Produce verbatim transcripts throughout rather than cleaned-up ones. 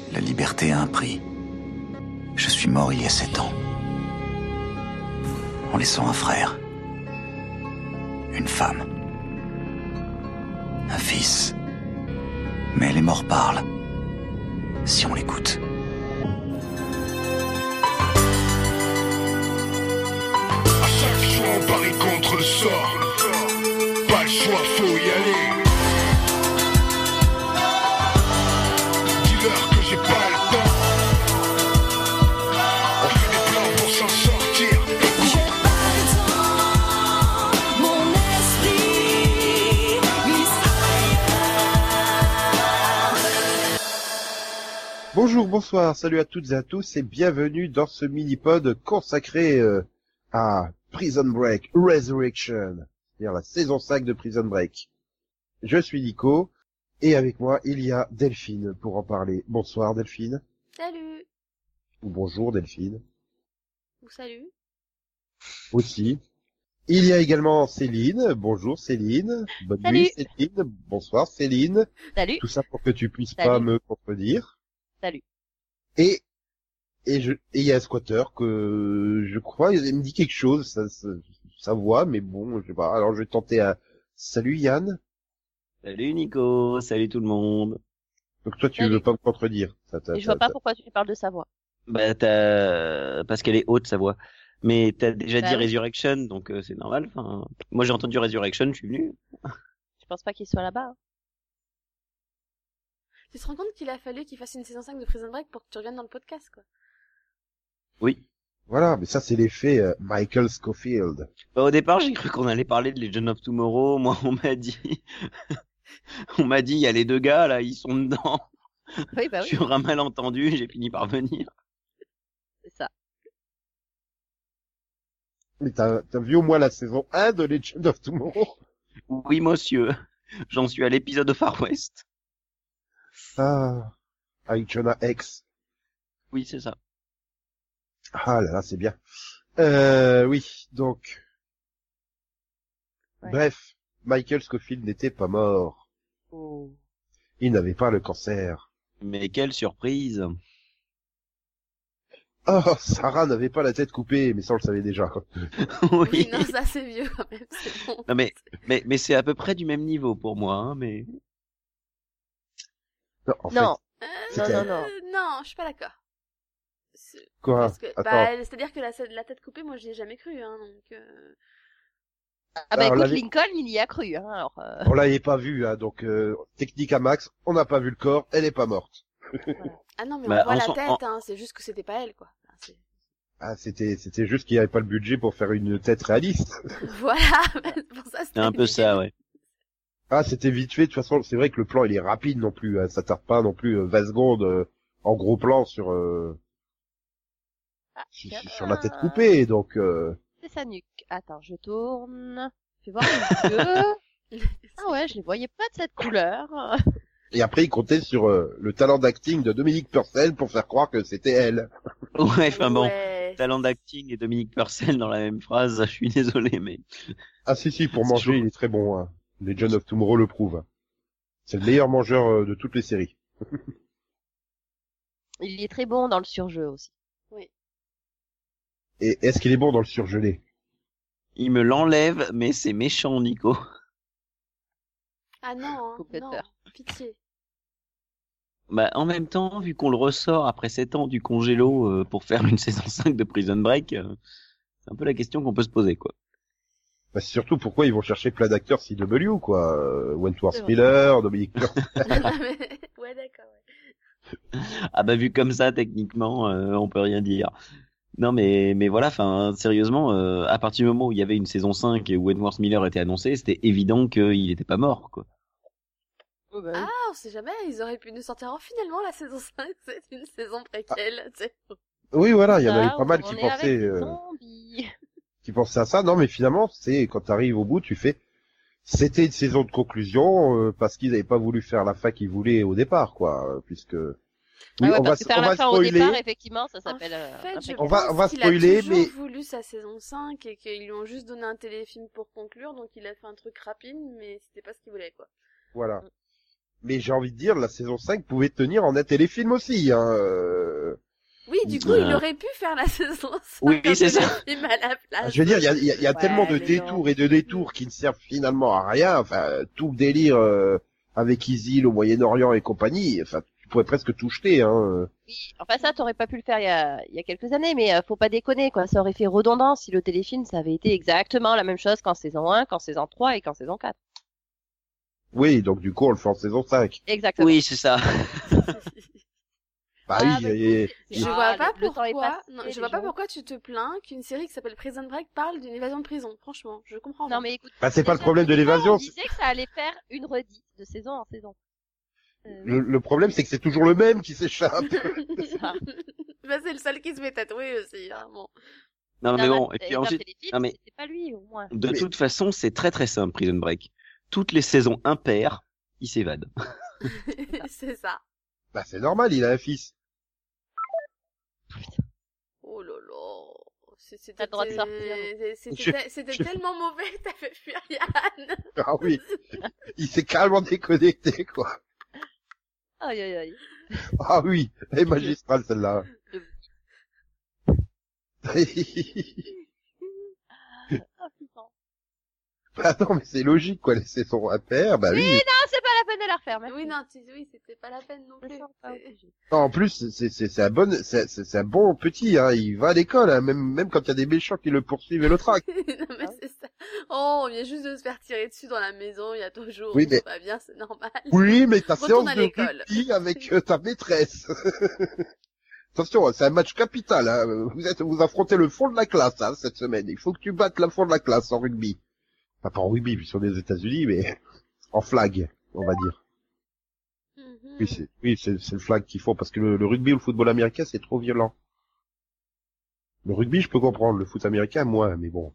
La liberté a un prix. Je suis mort il y a sept ans. En laissant un frère. Une femme. Un fils. Mais les morts parlent. Si on l'écoute. À chaque fois on parie contre le sort. Pas le choix, faut y aller. Dis-leur que j'ai pas le temps. On fait des plans pour s'en sortir. J'ai pas le temps, mon esprit glisse ailleurs. Bonjour, bonsoir, salut à toutes et à tous et bienvenue dans ce mini-pod consacré euh, à Prison Break Resurrection, c'est-à-dire la saison cinq de Prison Break. Je suis Nico et avec moi il y a Delphine pour en parler. Bonsoir Delphine. Salut. Ou bonjour Delphine. Ou salut. Aussi. Il y a également Céline. Bonjour Céline. Bonne Salut. nuit Céline. Bonsoir Céline. Salut. Tout ça pour que tu puisses Salut. pas me contredire. Salut. Et et je et il y a un squatter que je crois il me dit quelque chose ça, ça sa voix mais bon je sais pas alors je vais tenter à salut Yann. Salut Nico, salut tout le monde. Donc toi tu Salut. veux pas me contredire ça, ça, Et je ça, vois pas ça. pourquoi tu parles de sa voix. Bah t'as parce qu'elle est haute sa voix. Mais t'as déjà Bah dit oui. Resurrection, donc euh, c'est normal. Enfin, moi j'ai entendu Resurrection, je suis venu. Je pense pas qu'il soit là-bas. hein. Tu te rends compte qu'il a fallu qu'il fasse une saison cinq de Prison Break pour que tu reviennes dans le podcast, quoi. Oui. Voilà mais ça c'est l'effet euh, Michael Scofield. Bah, au départ j'ai cru qu'on allait parler de Legend of Tomorrow. Moi on m'a dit, on m'a dit il y a les deux gars là, ils sont dedans. Oui, bah oui, Sur un malentendu, j'ai fini par venir. c'est ça. Mais t'as t'as vu au moins la saison un de Legend of Tomorrow? Oui monsieur, j'en suis à l'épisode de Far West. Ah avec Jonah Hex. Oui c'est ça. Ah là là c'est bien. Euh oui donc Ouais. bref Michael Scofield n'était pas mort. Oh. Il n'avait pas le cancer. Mais quelle surprise. Oh, Sarah n'avait pas la tête coupée, mais ça on le savait déjà. Quoi. Oui, Oui. non, ça c'est vieux quand même, c'est bon. Non mais mais mais c'est à peu près du même niveau pour moi, hein, mais. Non, en Non, Euh, C'était- non, non, non. euh, non, je suis pas d'accord. C'est- fait, quoi Parce que, Attends, bah, c'est-à-dire que la, la tête coupée, moi j'y ai jamais cru, hein, donc... Euh... Ah bah Alors, écoute, l'avait- Lincoln, il y a cru, hein, alors... Euh... on l'avait pas vu, hein, donc euh, technique à max, on n'a pas vu le corps, elle est pas morte. Ah non, mais Bah, on voit en la son- tête, en- hein, c'est juste que c'était pas elle, quoi. Enfin, c'est- Ah, c'était c'était juste qu'il n'y avait pas le budget pour faire une tête réaliste. Voilà, pour ça c'était... C'est un peu ça, ouais. Ah, c'était vite fait, de toute façon, c'est vrai que le plan il est rapide non plus, hein, ça tarde pas non plus euh, vingt secondes euh, en gros plan sur, euh, Ah, sur, tiens. sur la tête coupée, donc... Euh... C'est sa nuque. Attends, je tourne. Fais voir les yeux. Ah ouais, je les voyais pas de cette couleur. Et après il comptait sur euh, le talent d'acting de Dominique Purcell pour faire croire que c'était elle. Ouais, enfin bon. Ouais, Talent d'acting et Dominique Purcell dans la même phrase, je suis désolé, mais. Ah si si, pour C'est manger chaud. il est très bon, hein. Legend of Tomorrow le prouve. C'est le meilleur mangeur euh, de toutes les séries. Il est très bon dans le surjeu aussi. Et est-ce qu'il est bon dans le surgelé? Il me l'enlève, mais c'est méchant, Nico. Ah non, hein, Complète non, peur. pitié. Bah, en même temps, vu qu'on le ressort après sept ans du congélo euh, pour faire une saison cinq de Prison Break, euh, c'est un peu la question qu'on peut se poser, quoi. Bah, c'est surtout pourquoi ils vont chercher plein d'acteurs C W, quoi. Euh, Wentworth C'est vrai. Miller, Dominique Purcell. Mais- ouais, d'accord, ouais. Ah bah vu comme ça, techniquement, euh, on peut rien dire. Non mais mais voilà, enfin sérieusement, euh, à partir du moment où il y avait une saison cinq et où Wentworth Miller était annoncé, c'était évident qu'il était pas mort, quoi. Oh, bah, Ah, on sait jamais, ils auraient pu nous sortir en finalement la saison cinq, c'est une saison préquelle, tu sais. Oui, voilà, il y en a eu ça, pas mal on qui est avec pensaient, des euh, zombies. qui pensaient à ça. Non, mais finalement, c'est quand t'arrives au bout, tu fais, c'était une saison de conclusion euh, parce qu'ils n'avaient pas voulu faire la fin qu'ils voulaient au départ, quoi, euh, puisque. Oui, Ah ouais, on va, parce que faire on la va fin au spoiler. départ, effectivement, ça s'appelle... En euh, fait, un je préquel. On va- pense on va qu'il spoiler, a toujours mais- voulu sa saison cinq et qu'ils lui ont juste donné un téléfilm pour conclure, donc il a fait un truc rapide, mais c'était pas ce qu'il voulait, quoi. Voilà. Mais j'ai envie de dire, la saison cinq pouvait tenir en un téléfilm aussi, hein. euh. Oui, du coup, Euh. il aurait pu faire la saison cinq. Oui, comme c'est ça. téléfilm à la place. Je veux dire, il y a, il y a, il y a Ouais, tellement de mais détours non. et de détours qui ne servent finalement à rien. Enfin, tout le délire euh, avec Isil au Moyen-Orient et compagnie. Enfin, tu pourrais presque tout jeter, hein. Oui, enfin ça, t'aurais pas pu le faire il y a, il y a quelques années, mais euh, faut pas déconner, quoi. Ça aurait fait redondant si le téléfilm, ça avait été exactement la même chose qu'en saison un, qu'en saison trois et qu'en saison quatre. Oui, donc du coup, on le fait en saison cinq. Exactement. Oui, c'est ça. Bah Ah, oui, bah, et- écoute, c'est- Je Ah, vois le- pas le temps est pourquoi. passé, Non, les je vois pas gens- pourquoi tu te plains qu'une série qui s'appelle Prison Break parle d'une évasion de prison. Franchement, je comprends. Non pas. mais écoute. bah, c'est pas le déjà, problème de au départ, l'évasion. On disait que ça allait faire une redite de saison en saison. Euh, Le, le problème, c'est que c'est toujours le même qui s'échappe. c'est ça. Bah, c'est le seul qui se fait tatouer aussi. Hein, bon. Non, mais Dans bon, un- et puis dans un ensuite, téléfilm, non, mais- c'était pas lui au moins. de Mais- toute façon, c'est très très simple, Prison Break. Toutes les saisons impaires, il s'évade. C'est ça. Bah, c'est normal, il a un fils. Oh là là. C'est- C'était T'as le droit de sortir. c'était- Je- c'était- c'était je- tellement mauvais que t'as fait fuir Yann. Ah oui, il s'est carrément déconnecté, quoi. Aïe aïe aïe. Ah oui, elle est magistrale, celle-là. Ah putain. Bah non, mais c'est logique, quoi, les saisons impaires, bah oui. Ah, c'est pas la peine de la refaire, merci. Oui, non, tu- oui, c'était pas la peine non Je plus. sens pas C'est- obligé. Non, en plus, c'est, c'est, c'est un bon, c'est, c'est, c'est un bon petit, hein. Il va à l'école, hein, même, même quand il y a des méchants qui le poursuivent et le traquent. non, mais Ah c'est ça. Oh, on vient juste de se faire tirer dessus dans la maison il y a deux jours. Oui, Tout mais- va bien, c'est normal. Oui, mais ta Retourne séance à de l'école. rugby avec euh, ta maîtresse. Attention, c'est un match capital, hein. Vous êtes, vous affrontez le fond de la classe, hein, cette semaine. Il faut que tu battes le fond de la classe en rugby. Enfin, pas en rugby, puisqu'on est aux États-Unis, mais en flag, on va dire. Mhm. Oui, c'est, oui, c'est, c'est le flag qu'il faut, parce que le, le rugby ou le football américain, c'est trop violent. Le rugby, je peux comprendre. Le foot américain, moins, mais bon.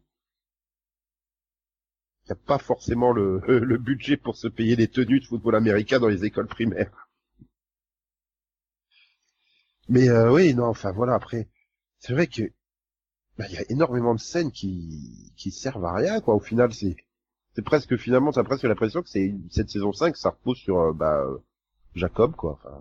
Il n'y a pas forcément le, le budget pour se payer des tenues de football américain dans les écoles primaires. Mais euh, oui, non, enfin voilà, après, c'est vrai que bah, il y a énormément de scènes qui qui servent à rien, quoi. Au final, c'est c'est presque, finalement, t'as presque l'impression que c'est cette saison cinq, ça repose sur euh, bah euh, Jacob, quoi. Enfin,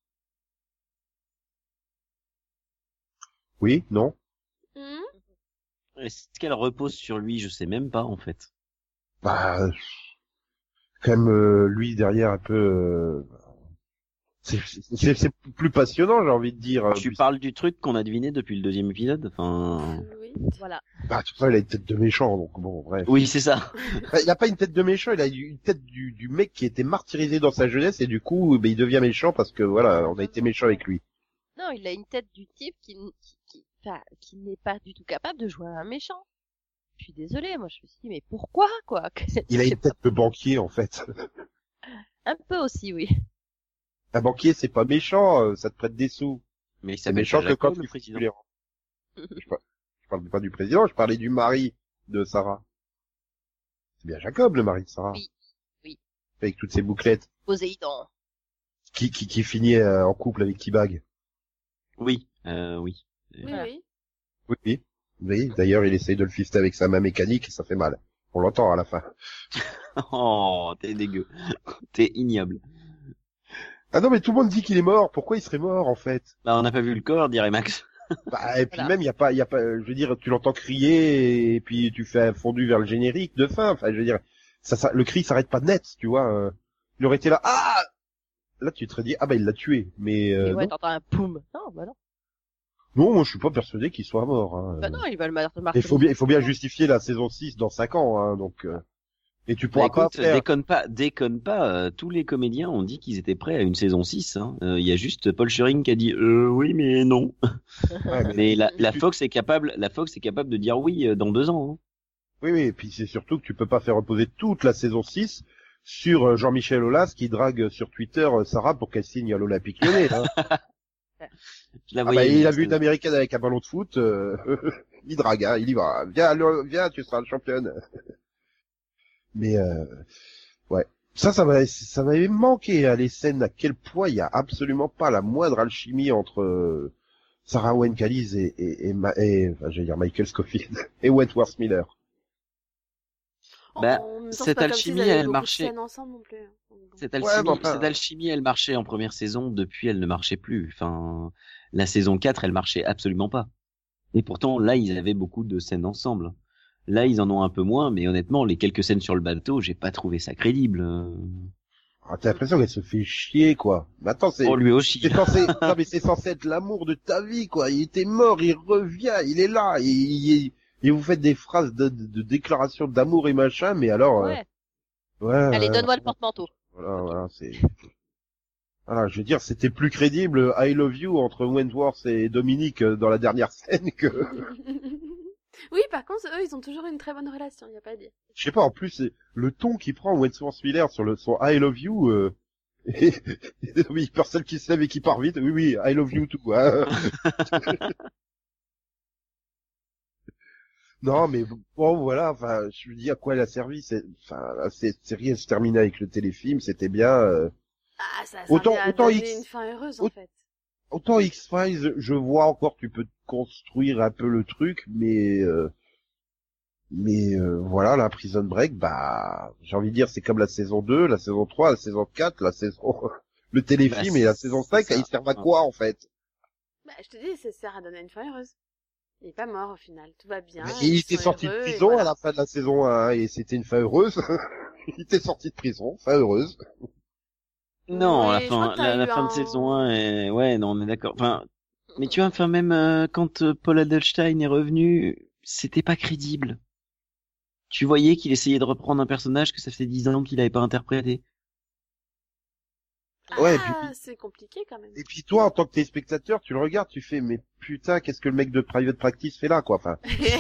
oui, non. Mhm. Est-ce qu'elle repose sur lui? Je sais même pas, en fait. Bah, euh, quand même, euh, lui derrière un peu. Euh, c'est c'est c'est plus passionnant, j'ai envie de dire. euh, Tu puis- parles du truc qu'on a deviné depuis le deuxième épisode? Enfin... Oui. Voilà. Bah, de toute façon, il a une tête de méchant, donc bon, bref. Oui, c'est ça. Enfin, il a pas une tête de méchant, il a une tête du, du mec qui était martyrisé dans sa jeunesse et du coup, ben, il devient méchant parce que voilà, on a été méchant avec lui. Non, il a une tête du type qui, n- qui, qui, enfin, qui n'est pas du tout capable de jouer un méchant. Je suis désolée, moi je me suis dit, mais pourquoi, quoi? Il a une tête de banquier, en fait. Un peu aussi, oui. Un banquier, c'est pas méchant, euh, ça te prête des sous. Mais il C'est s'appelle méchant pas que quand Jacob, tu le fais président. les rangs. Je, par- je parle pas du président, je parlais du mari de Sarah. C'est bien Jacob, le mari de Sarah. Oui, oui. Avec toutes ses bouclettes. Poséidon. Qui, qui, qui finit euh, en couple avec T-Bag. Oui, euh, oui. Oui, Voilà. oui. Oui, oui. Oui, d'ailleurs, il essaye de le fister avec sa main mécanique et ça fait mal. On l'entend à la fin. Oh, t'es dégueu. T'es ignoble. Ah non, mais tout le monde dit qu'il est mort. Pourquoi il serait mort, en fait? Bah, on n'a pas vu le corps, dirait Max. Bah, et puis Voilà. même, il y a pas, il y a pas, je veux dire, tu l'entends crier et puis tu fais un fondu vers le générique de fin. Enfin, je veux dire, ça, ça le cri s'arrête pas net, tu vois. euh. Il aurait été là, ah! Là, tu te serais dit, ah bah, il l'a tué. Mais, euh, Et ouais, non. t'entends un poum. Non, bah non. non, moi, je suis pas persuadé qu'il soit mort, hein. Bah non, il va le mar- Il marteler. faut bien, il faut bien justifier la saison six dans cinq ans, hein, donc, euh, et tu Bah, pourras écoute, pas faire. déconne pas, déconne pas, euh, tous les comédiens ont dit qu'ils étaient prêts à une saison six, hein. Euh, il y a juste Paul Schering qui a dit, euh, oui, mais non. Ouais, mais- Mais la, la tu- Fox est capable, la Fox est capable de dire oui euh, dans deux ans, hein. Oui, oui, et puis c'est surtout que tu peux pas faire reposer toute la saison six sur euh, Jean-Michel Aulas qui drague sur Twitter euh, Sarah pour qu'elle signe à l'Olympique Lyonnais, hein. Je la Ah bah, voyais il a venir, vu une celle-là. américaine avec un ballon de foot, euh, il drague, hein, il y va. Viens, allô, viens, tu seras la championne. Mais euh, ouais, ça, ça va, ça m'avait manqué à les scènes à quel point il y a absolument pas la moindre alchimie entre euh, Sarah Wayne Callies et et, et, Ma- et enfin, j'allais dire Michael Scofield et Wentworth Miller. Bah, en même temps, cette c'est pas comme s'ils alchimie, avaient elle beaucoup de marchait. scènes ensemble non plus. Donc, bon. Cette Ouais, alchimie, mais enfin- cette alchimie, elle marchait en première saison. Depuis, elle ne marchait plus. Enfin, la saison quatre, elle marchait absolument pas. Et pourtant, là, ils avaient beaucoup de scènes ensemble. Là, ils en ont un peu moins, mais honnêtement, les quelques scènes sur le bateau, j'ai pas trouvé ça crédible. Euh, Ah, t'as l'impression qu'elle se fait chier, quoi. Mais attends, c'est, Oh, lui aussi. c'est censé, non, mais c'est censé être l'amour de ta vie, quoi. Il était mort, il revient, il est là, il, il- et vous faites des phrases de, de, de déclaration d'amour et machin, mais alors, Ouais. euh, ouais. Allez, euh, donne-moi le porte-manteau. Voilà, voilà, c'est, voilà, je veux dire, c'était plus crédible, I love you entre Wentworth et Dominique euh, dans la dernière scène que, Oui, par contre, eux, ils ont toujours une très bonne relation, y a pas à dire. je sais pas, en plus, c'est le ton qu'il prend Wentworth Miller sur le, son I love you, euh, et, oui, personne qui se lève et qui part vite, oui, oui, I love you too, hein. Non, mais bon, voilà, enfin, je me dis à quoi elle a servi, c'est, enfin, la sé- série, elle se terminait avec le téléfilm, c'était bien, euh, Ah, ça Autant- servait à autant donner X- une fin heureuse, en Aut- fait. autant X-Files, je vois encore, tu peux construire un peu le truc, mais, euh, mais, euh, voilà, la Prison Break, bah, j'ai envie de dire, c'est comme la saison deux, la saison trois, la saison quatre, la saison, le téléfilm Bah, et la c'est saison cinq, ça. ils servent à quoi, en fait? Bah, je te dis, ça sert à donner une fin heureuse. Il est pas mort, au final. Tout va bien. Et il ils était sont sorti de heureux, et prison voilà. à la fin de la saison un, et c'était une fin heureuse. Il était sorti de prison, fin heureuse. Non, Oui, la je fin, crois que t'as la, la eu fin un- de saison un est, ouais, non, on est d'accord. Enfin, mais tu vois, enfin, même euh, quand euh, Paul Adelstein est revenu, c'était pas crédible. Tu voyais qu'il essayait de reprendre un personnage que ça fait dix ans qu'il avait pas interprété. Ouais, Ah, puis- c'est compliqué, quand même. Et puis toi, en tant que téléspectateur, tu le regardes, tu fais, mais putain, qu'est-ce que le mec de Private Practice fait là, quoi. Enfin,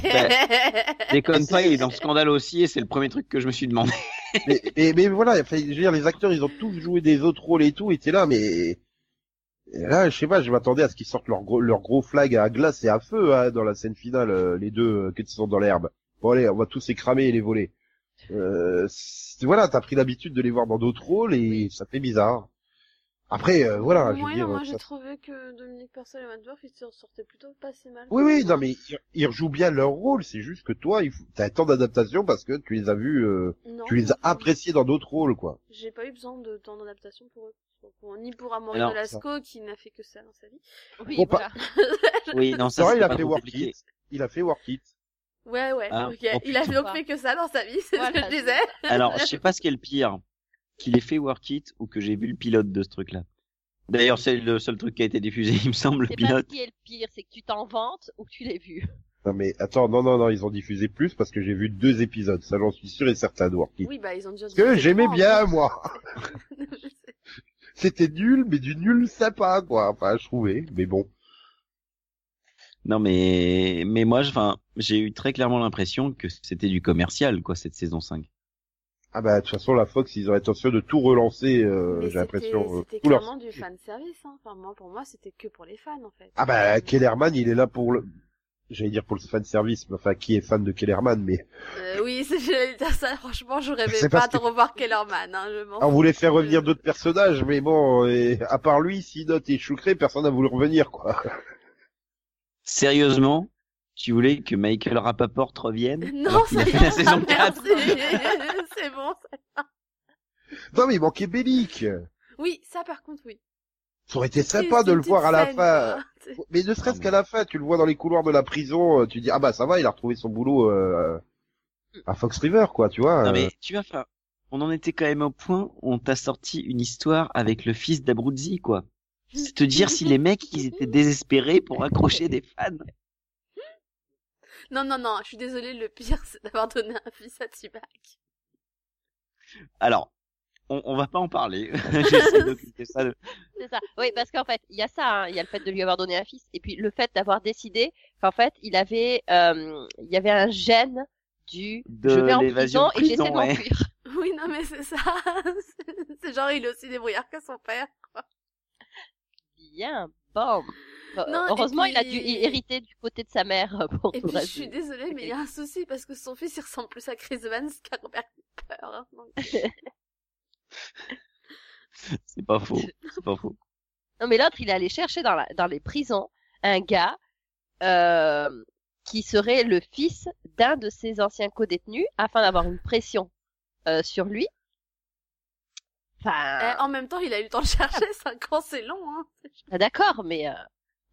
Déconne pas, il est dans le scandale aussi, et c'est le premier truc que je me suis demandé. mais, mais, mais voilà, enfin, je veux dire, les acteurs, ils ont tous joué des autres rôles et tout, et t'es là, mais et là, je sais pas, je m'attendais à ce qu'ils sortent leur gros, leur gros flag à glace et à feu, hein, dans la scène finale, euh, les deux, euh, qui sont dans l'herbe. Bon, allez, on va tous les cramer et les voler. Euh, c'est- voilà, t'as pris l'habitude de les voir dans d'autres rôles, et ça fait bizarre. Après, euh, voilà, je veux Moi, dire, moi, ça- j'ai trouvé que Dominique Purcell et Wentworth, ils se sortaient plutôt pas si mal. Oui, oui, non, mais ils, ils rejouent bien leur rôle, c'est juste que toi, il faut... t'as un temps d'adaptation parce que tu les as vus, euh, Non, tu les as enfin, appréciés dans d'autres rôles, quoi. J'ai pas eu besoin de temps d'adaptation pour eux. Pour- Ni pour Amaury Alors, Nolasco, qui n'a fait que ça dans sa vie. Oui, Bon, pas- voilà. Oui, non, C'est ça vrai, c'est il a pas fait trop Work compliqué. It. Il a fait Work It. Ouais, ouais, Ah, ok. oh, Il a putain. donc fait que ça dans sa vie, c'est ce Voilà, que je c'est- disais. Alors, je sais pas ce qui est le pire, qu'il ait fait Work It ou que j'ai vu le pilote de ce truc-là. D'ailleurs, c'est le seul truc qui a été diffusé, il me semble, le C'est pas ce pilote. qui est le pire, c'est que tu t'en vantes ou que tu l'aies vu. Non, mais attends, non, non, non, ils ont diffusé plus parce que j'ai vu deux épisodes, ça j'en suis sûr et certain de Work It. Oui, bah, ils ont déjà Parce que diffusé j'aimais trois, bien, en moi. plus. Je sais. C'était nul, mais du nul sympa, quoi. Enfin, je trouvais, mais bon. Non, mais, mais moi, je- enfin, j'ai eu très clairement l'impression que c'était du commercial, quoi, cette saison cinq. Ah bah, de toute façon, la Fox, ils ont l'intention de tout relancer, euh, Mais j'ai l'impression. euh, C'était tout leur- clairement du fan service, hein. Enfin, moi, pour moi, c'était que pour les fans, en fait. Ah bah, Euh, Kellerman, il est là pour le... J'allais dire pour le fan service, mais enfin, qui est fan de Kellerman, mais Euh, oui, c'est- j'allais dire ça, franchement, j'aurais C'est aimé pas parce te que- revoir Kellerman, hein, je m'en on fous. voulait faire revenir d'autres personnages, mais bon, et à part lui, Sidot et Choucré, personne n'a voulu revenir, quoi. Sérieusement, tu voulais que Michael Rapaport revienne? Non, alors qu'il ça a y fait est, la saison ah, quatre. merci. C'est bon, ça. Non, mais il manquait Bellic. Oui, ça, par contre, oui. Ça aurait été C'est- sympa c'est de une le voir à la petite fin. scène, quoi. C'est- Mais ne serait-ce Ah, qu'à mais- la fin, tu le vois dans les couloirs de la prison, euh, tu dis, ah bah ça va, il a retrouvé son boulot euh, à Fox River, quoi, tu vois. Non, euh. mais, tu vois, enfin, on en était quand même au point où on t'a sorti une histoire avec le fils d'Abruzzi, quoi. C'est te dire si les mecs, ils étaient désespérés pour accrocher des fans. Non, non, non, je suis désolée, le pire, c'est d'avoir donné un fils à T-Bag. Alors, on, on va pas en parler. J'essaie d'occulter ça. de- C'est ça. Oui, parce qu'en fait, il y a ça, hein. Il y a le fait de lui avoir donné un fils, et puis le fait d'avoir décidé qu'en fait, il avait, euh, il y avait un gène du De je vais en l'évasion prison et j'essaie de prison, ouais. m'enfuir. Oui, non, mais c'est ça. C'est- C'est genre, il est aussi débrouillard que son père, quoi. Bien, bon. Bon, Non, et heureusement, il a puis- dû hériter du côté de sa mère pour Et tout puis, le je reste. suis désolée, mais il y a un souci parce que son fils, il ressemble plus à Chris Evans qu'à Robert Cooper. Hein, donc... C'est pas faux. C'est pas faux. Non, mais l'autre, il est allé chercher dans, la, dans les prisons un gars euh, qui serait le fils d'un de ses anciens co-détenus afin d'avoir une pression euh, sur lui. Enfin, Eh, en même temps, il a eu le temps de chercher, cinq ans, c'est long, hein. ah, d'accord, mais euh...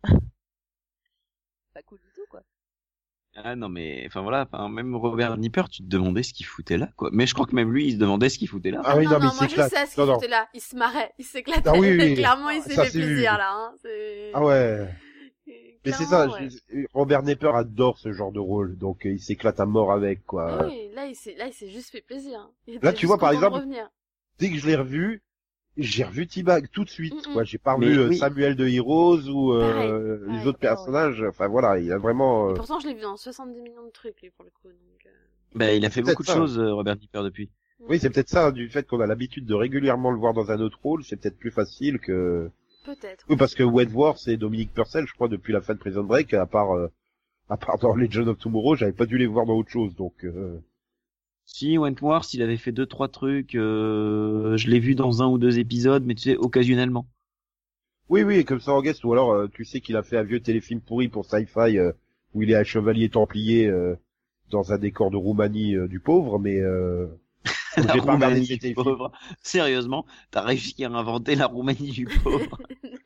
pas cool du tout, quoi. Ah non mais enfin voilà, enfin, même Robert Nipper, tu te demandais ce qu'il foutait là quoi. Mais je crois que même lui il se demandait ce qu'il foutait là. Ah oui, non, non, mais non, il moi je s'éclate. sais ce Non, qu'il non. foutait là. Il se marrait, il s'éclatait. Ah oui, oui. Clairement, il s'est Ça, fait c'est vu. plaisir, là, hein. C'est... Ah ouais. Mais c'est ça, Clairement, ouais. je- Robert Nipper adore ce genre de rôle, donc euh, il s'éclate à mort avec, quoi. Ah oui, là, il s'est, là, il s'est juste fait plaisir. hein. Il Là, était tu vois, juste par content de exemple, revenir. Dès que je l'ai revu, j'ai revu T-Bag tout de suite, Mm-mm. quoi. J'ai pas Mais revu euh, oui. Samuel de Heroes ou euh, Pareil, les pareil, autres ouais. personnages. Enfin voilà, il a vraiment. Et euh, pourtant, je l'ai vu dans soixante-dix millions de trucs, lui, pour le coup. Donc, euh... Bah il a fait C'est beaucoup de ça. choses euh, Robert Nipper depuis. Oui, c'est peut-être ça, du fait qu'on a l'habitude de régulièrement le voir dans un autre rôle, c'est peut-être plus facile que. Peut-être. Oui, parce que Wentworth c'est Dominique Purcell, je crois, depuis la fin de Prison Break, à part, euh, à part dans Legend of Tomorrow, j'avais pas dû les voir dans autre chose, donc. Euh... Si Wentworth, il avait fait deux trois trucs, euh, je l'ai vu dans un ou deux épisodes, mais tu sais occasionnellement. Oui, oui, comme ça en guest, ou alors euh, tu sais qu'il a fait un vieux téléfilm pourri pour Sci-Fi euh, où il est un chevalier templier euh, dans un décor de Roumanie euh, du pauvre, mais euh, La j'ai pas regardé Roumanie ces du téléfilms. pauvre. Sérieusement, t'as réussi à inventer la Roumanie du pauvre.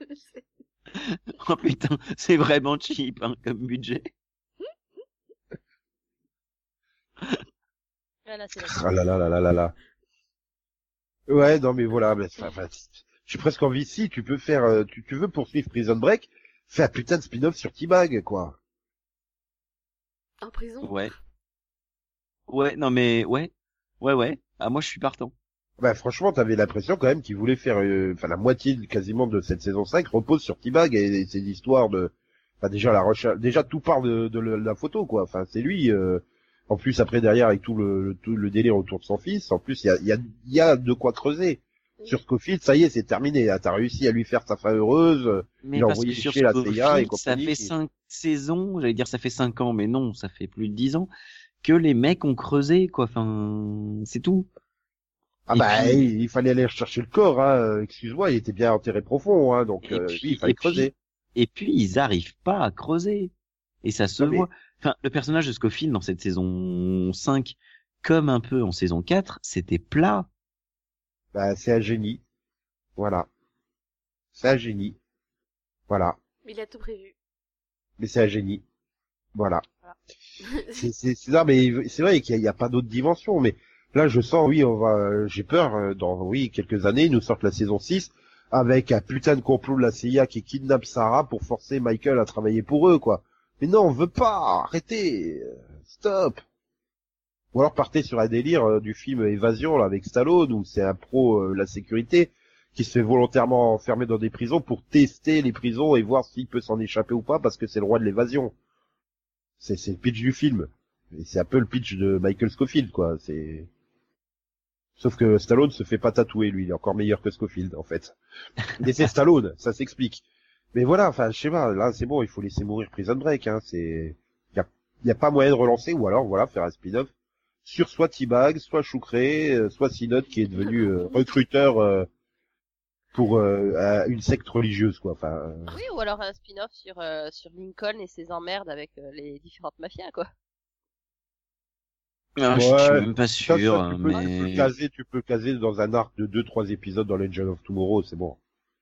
Oh putain, c'est vraiment cheap hein, comme budget. Ah, là, c'est la- Ah là là là là là là. Ouais, non mais voilà, mais, enfin, enfin, j'ai presque envie, si tu peux faire, euh, tu, tu veux poursuivre Prison Break, fais un putain de spin-off sur T-Bag, quoi. En prison. Ouais. Ouais, non mais ouais. Ouais ouais. Ah moi je suis partant. Bah franchement, t'avais l'impression quand même qu'il voulait faire, euh, enfin la moitié quasiment de cette saison cinq repose sur T-Bag et, et ses histoires de, enfin déjà la recherche, déjà tout part de, de, le- de la photo, quoi. Enfin c'est lui. Euh... En plus après derrière avec tout le, le- tout le délire autour de son fils, en plus il y a, il y a, il y a de quoi creuser. Sur Scofield, ça y est, c'est terminé. Ah, t'as réussi à lui faire sa fin heureuse. Mais Il a parce que envoyé sur chier la Scofield, C I A et ça compagnie. fait cinq saisons, j'allais dire ça fait cinq ans, mais non, ça fait plus de dix ans que les mecs ont creusé quoi. Enfin, c'est tout. Ah Et bah puis- il, il fallait aller chercher le corps, hein. Excuse-moi, il était bien enterré profond, hein. Donc Et euh, puis- oui, il fallait et puis- creuser. Et puis ils arrivent pas à creuser. Et ça se Non, mais- voit. Enfin, le personnage de Scofield dans cette saison cinq, comme un peu en saison quatre, c'était plat. Bah c'est un génie. Voilà. C'est un génie. Voilà. Il a tout prévu. Mais c'est un génie. Voilà. Voilà. C'est c'est c'est ça, mais c'est vrai qu'il y a, il y a pas d'autre dimension. Mais là, je sens, oui, on va. J'ai peur euh, dans oui quelques années, ils nous sortent la saison six avec un putain de complot de la C I A qui kidnappe Sarah pour forcer Michael à travailler pour eux, quoi. Mais non, on veut pas. Arrêtez. euh, Stop. Ou alors partez sur un délire euh, du film Évasion là avec Stallone où c'est un pro euh, la sécurité qui se fait volontairement enfermer dans des prisons pour tester les prisons et voir s'il peut s'en échapper ou pas parce que c'est le roi de l'évasion. C'est c'est le pitch du film. Et c'est un peu le pitch de Michael Scofield, quoi. C'est sauf que Stallone se fait pas tatouer, lui. Il est encore meilleur que Scofield, en fait. Mais c'est Stallone, ça s'explique. Mais voilà, enfin, je sais pas. Là, c'est bon, il faut laisser mourir Prison Break. Hein. C'est y a, y a pas moyen de relancer ou alors voilà faire un spin-off sur soit T-Bag, soit Choucré, euh, soit Synod qui est devenu euh, recruteur. Euh, pour euh, euh, une secte religieuse, quoi. Enfin, euh, Oui, ou alors un spin-off sur, euh, sur Lincoln et ses emmerdes avec euh, les différentes mafias, quoi. Ah, je Ouais, suis même pas ça, sûr, ça, tu, peux, tu peux mais caser, tu peux caser dans un arc de deux, trois épisodes dans Legend of Tomorrow, c'est bon.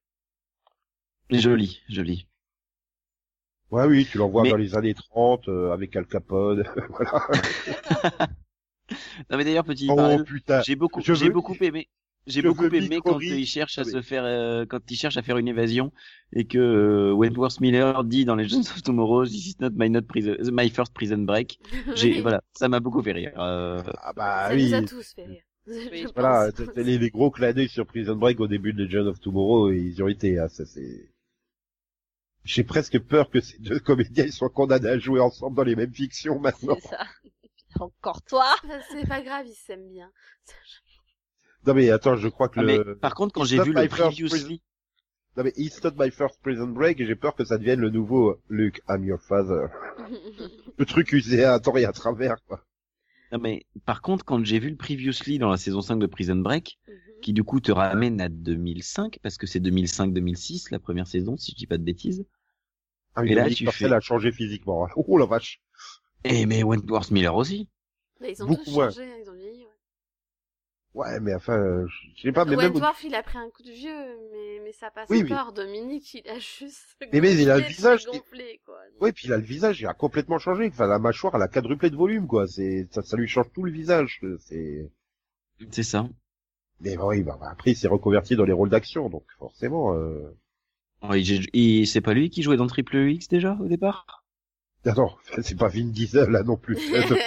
joli, joli. Ouais, oui, tu l'envoies Mais- dans les années trente euh, avec Al Capone, voilà. Non mais d'ailleurs petit Oh parallèle, putain, j'ai beaucoup, je j'ai veux- beaucoup aimé. J'ai je beaucoup veux aimé quand Micro-Rick. euh, il cherche à Ah oui. se faire, euh, quand il cherche à faire une évasion et que euh, Wentworth Miller dit dans Legends of Tomorrow, "This is not my not prison, my first prison break." J'ai, voilà, ça m'a beaucoup fait rire. Euh, ah bah Ça oui, nous a tous fait rire. Je voilà, pense. t'as- t'as les, les gros clins d'œil sur Prison Break au début de Legend of Tomorrow, et ils y ont été, hein, ça c'est... J'ai presque peur que ces deux comédiens ils soient condamnés à jouer ensemble dans les mêmes fictions maintenant. C'est ça. Encore toi. C'est pas grave, ils s'aiment bien. Non mais attends, je crois que ah, mais le... par contre, quand It's j'ai not vu my le first previously, Non mais It's not my first Prison Break, et j'ai peur que ça devienne le nouveau Luke, I'm your father. Le truc usé à tort et à travers, quoi. non mais par contre, quand j'ai vu le previously dans la saison cinq de Prison Break, Mhm. qui du coup te ramène à deux mille cinq parce que c'est deux mille cinq deux mille six la première saison, si je dis pas de bêtises. Ah, Et là, Dominique tu Purcell fais- a changé physiquement. hein. Oh la vache. Et mais Wentworth Miller aussi. Bah, ils ont Beaucoup tous moins. changé, hein, ils ont vieilli. Ouais. Ouais, mais enfin, euh, je sais pas, mais même... Wentworth, il a pris un coup de vieux, mais, mais ça passe Oui, oui. encore. Dominique, il a juste. Mais- mais il a le gonflé, visage qui- gonflé, quoi. Ouais, puis là, le visage, il a complètement changé. Enfin, la mâchoire, elle a quadruplé de volume, quoi. C'est, ça, ça lui change tout le visage. C'est... C'est ça. Mais oui, bah, bah, après, il s'est reconverti dans les rôles d'action, donc forcément... Euh... Ouais, j'ai- et c'est pas lui qui jouait dans Triple X déjà au départ. Ah non, c'est pas Vin Diesel, là, non plus.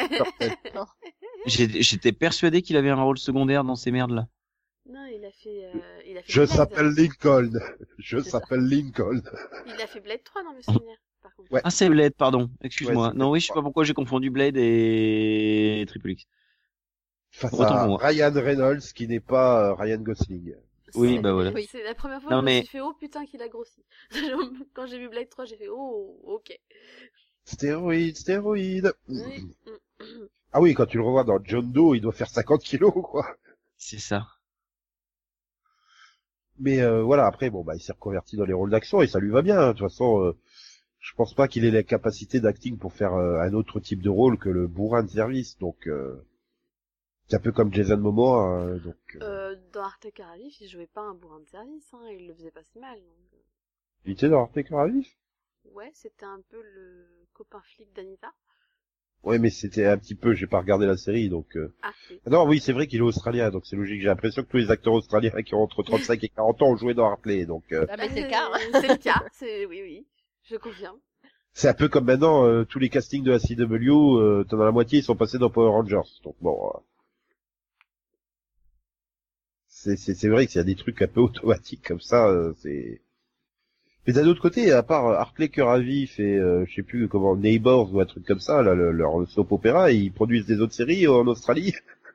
J'ai- J'étais persuadé qu'il avait un rôle secondaire dans ces merdes là. Non, il a fait. Euh, il a fait Je Blade. s'appelle Lincoln. Je C'est ça. s'appelle Lincoln. Il a fait Blade trois dans mes souvenirs, par contre. Ouais. Ah c'est Blade, pardon. Excuse-moi. Ouais, c'est non Blade oui, je sais pas pourquoi j'ai confondu Blade et Triple X. Face Autant à pour moi. Ryan Reynolds, qui n'est pas euh, Ryan Gosling. Oui, C'est- bah voilà. C'est la première fois Non, que je mais- me suis fait oh putain qu'il a grossi. Quand j'ai vu Blade trois, j'ai fait oh ok. Stéroïde, stéroïde. Oui. Ah oui, quand tu le revois dans John Doe, il doit faire cinquante kilos, quoi. C'est ça. Mais euh, voilà, après, bon, bah, il s'est reconverti dans les rôles d'action et ça lui va bien. hein. De toute façon, euh, je pense pas qu'il ait la capacité d'acting pour faire euh, un autre type de rôle que le bourrin de service. Donc, euh, c'est un peu comme Jason Momoa. hein, donc, euh, Euh, dans Arte Caravif, il jouait pas un bourrin de service, hein, il le faisait pas si mal. Donc... euh, il était dans Arte Caravif. Ouais, c'était un peu le copain flic d'Anita. Ouais, mais c'était un petit peu. J'ai pas regardé la série, donc. Euh... Ah, oui. Non, oui, c'est vrai qu'il est australien, donc c'est logique. J'ai l'impression que tous les acteurs australiens qui ont entre trente-cinq et quarante ans ont joué dans Hartley, donc. euh, Ah, mais c'est le cas. hein. C'est le cas, c'est oui oui, je confirme. C'est un peu comme maintenant, euh, tous les castings de la C W, euh, t'en as la moitié, ils sont passés dans Power Rangers. Donc bon, euh, c'est c'est c'est vrai qu'il y a des trucs un peu automatiques comme ça. euh, c'est. Mais d'un autre côté, à part euh, Hartley Cœur à Vif et euh, je sais plus comment Neighbours ou un truc comme ça, là, le- leur soap opéra, ils produisent des autres séries en Australie.